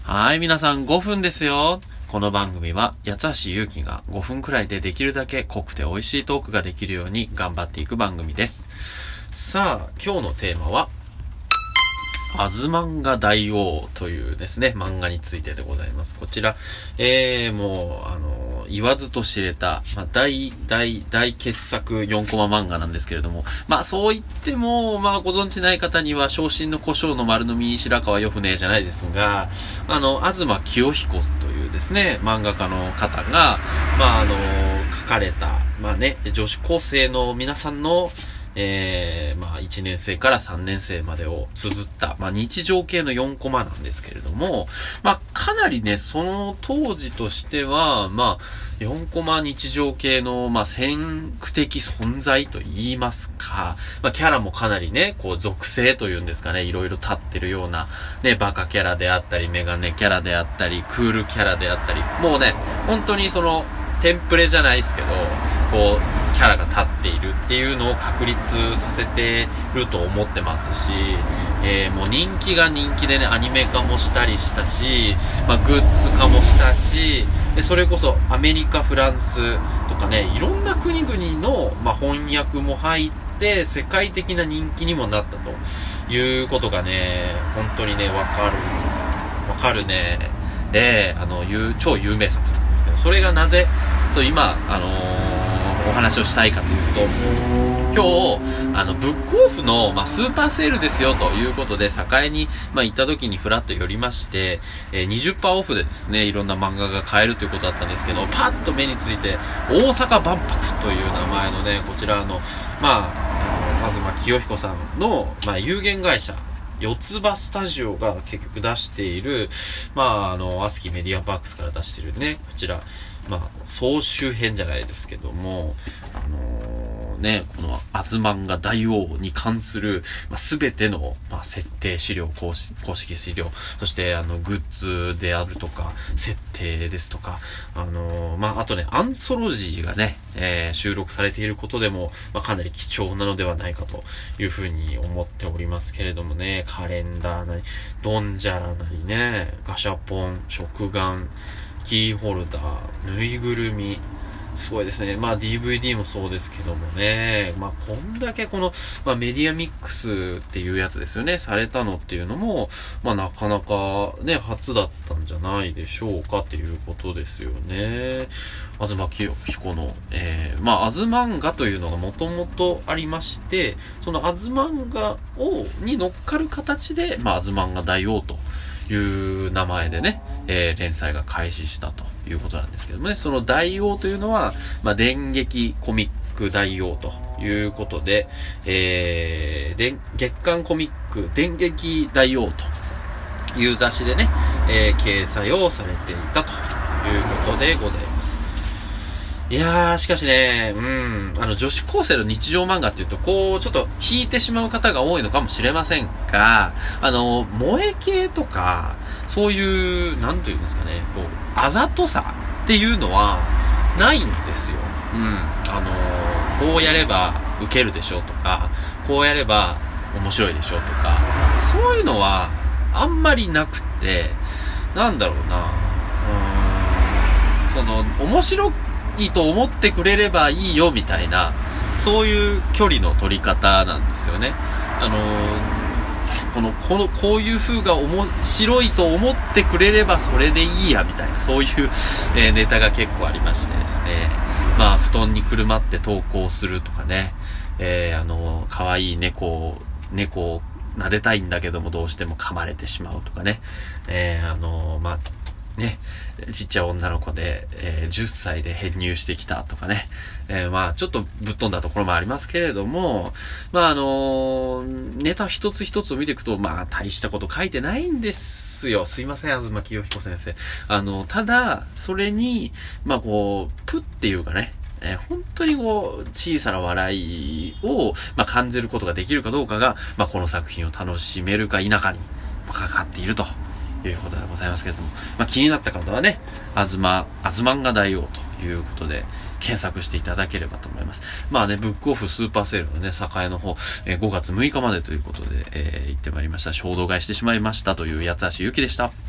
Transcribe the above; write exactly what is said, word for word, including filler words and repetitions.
はい、皆さんごふんですよ。この番組は八橋ゆうきがごふんくらいでできるだけ濃くて美味しいトークができるように頑張っていく番組です。さあ、今日のテーマはアズマンガ大王というですね、漫画についてでございます。こちら、えー、もう、あの、言わずと知れた、まあ、大、大、大傑作よんコマ漫画なんですけれども、まあ、そう言っても、まあ、ご存知ない方には、昇進の胡椒の丸飲み白川よふねじゃないですが、あの、東清彦というですね、漫画家の方が、まあ、あの、書かれた、まあね、女子高生の皆さんの、えー、まあいちねん生からさんねん生までを綴った、まあ日常系のよんコマなんですけれども、まあかなりね、その当時としては、まあよんコマ日常系の、まあ先駆的存在と言いますか、まあキャラもかなりね、こう属性というんですかね、いろいろ立ってるような、ね、バカキャラであったり、メガネキャラであったり、クールキャラであったり、もうね、本当にその、テンプレじゃないですけど、こう、キャラが立っているっていうのを確立させてると思ってますし、えー、もう人気が人気でね、アニメ化もしたりしたし、まあ、グッズ化もしたし、でそれこそアメリカ、フランスとかね、いろんな国々の、まあ、翻訳も入って、世界的な人気にもなったということがね、本当にね、わかる、わかるね、えー、あの、超有名作なんですけど、それがなぜ、そう、今、あのー、お話をしたいかというと、今日、あの、ブックオフの、まあ、スーパーセールですよということで、栄に、まあ、行った時にフラッと寄りまして、えー、にじゅっパーセントオフでですね、いろんな漫画が買えるということだったんですけど、パッと目について、大阪万博という名前のね、こちらの、まあ、あの、東清彦さんの、まあ、有限会社、四つ葉スタジオが結局出している、まあ、あの、アスキーメディアパークスから出しているね、こちら、まあ、総集編じゃないですけども、あのー、ね、このアズマンガ大王に関する、まあ、全ての、まあ、設定資料、公式、公式資料、そしてあの、グッズであるとか、設定ですとか、あのー、まあ、あとね、アンソロジーがね、えー、収録されていることでも、まあ、かなり貴重なのではないかというふうに思っておりますけれどもね、カレンダーなり、ドンジャラなりね、ガシャポン、食玩、キーホルダー、ぬいぐるみ、すごいですね。まあ ディーブイディー もそうですけどもね。まあこんだけこの、まあメディアミックスっていうやつですよね。されたのっていうのも、まあなかなかね、初だったんじゃないでしょうかっていうことですよね。東清彦の、えー、まあアズマンガというのがもともとありまして、そのアズマンガを、に乗っかる形で、まあアズマンガ大王と、いう名前でね、えー、連載が開始したということなんですけどもね、その大王というのは、まあ、電撃コミック大王ということで、えー、で月刊コミック電撃大王という雑誌でね、えー、掲載をされていたということでございます。いやー、しかしね、うん、あの、女子高生の日常漫画っていうと、こう、ちょっと引いてしまう方が多いのかもしれませんが、あの、萌え系とか、そういう、なんというんですかね、こう、あざとさっていうのは、ないんですよ。うん。あの、こうやればウケるでしょとか、こうやれば面白いでしょとか、そういうのは、あんまりなくって、なんだろうな、うーん、その、面白く、いいと思ってくれればいいよみたいな、そういう距離の取り方なんですよね。あのー、この、この、こういう風が面白いと思ってくれればそれでいいやみたいな、そういう、えー、ネタが結構ありましてですね。まあ、布団にくるまって投稿するとかね、えー、あのー、可愛い猫を、猫を撫でたいんだけどもどうしても噛まれてしまうとかね、えー、あのー、まあ、ね、ちっちゃい女の子で、えー、じゅっさいで編入してきたとかね、えー、まあちょっとぶっ飛んだところもありますけれども、まああのー、ネタ一つ一つを見ていくと、まあ大したこと書いてないんですよ。すいません、東清彦先生。あの、ただ、それに、まあこう、プっていうかね、えー、本当にこう、小さな笑いを、まあ感じることができるかどうかが、まあこの作品を楽しめるか否かにかかっていると。いうことでございますけれども、まあ、気になった方はね、あずま、あずまんが大王ということで検索していただければと思います。まあね、ブックオフスーパーセールのね、栄の方、えー、ごがつむいかまでということで、えー、行ってまいりました。衝動買いしてしまいましたという八橋ゆきでした。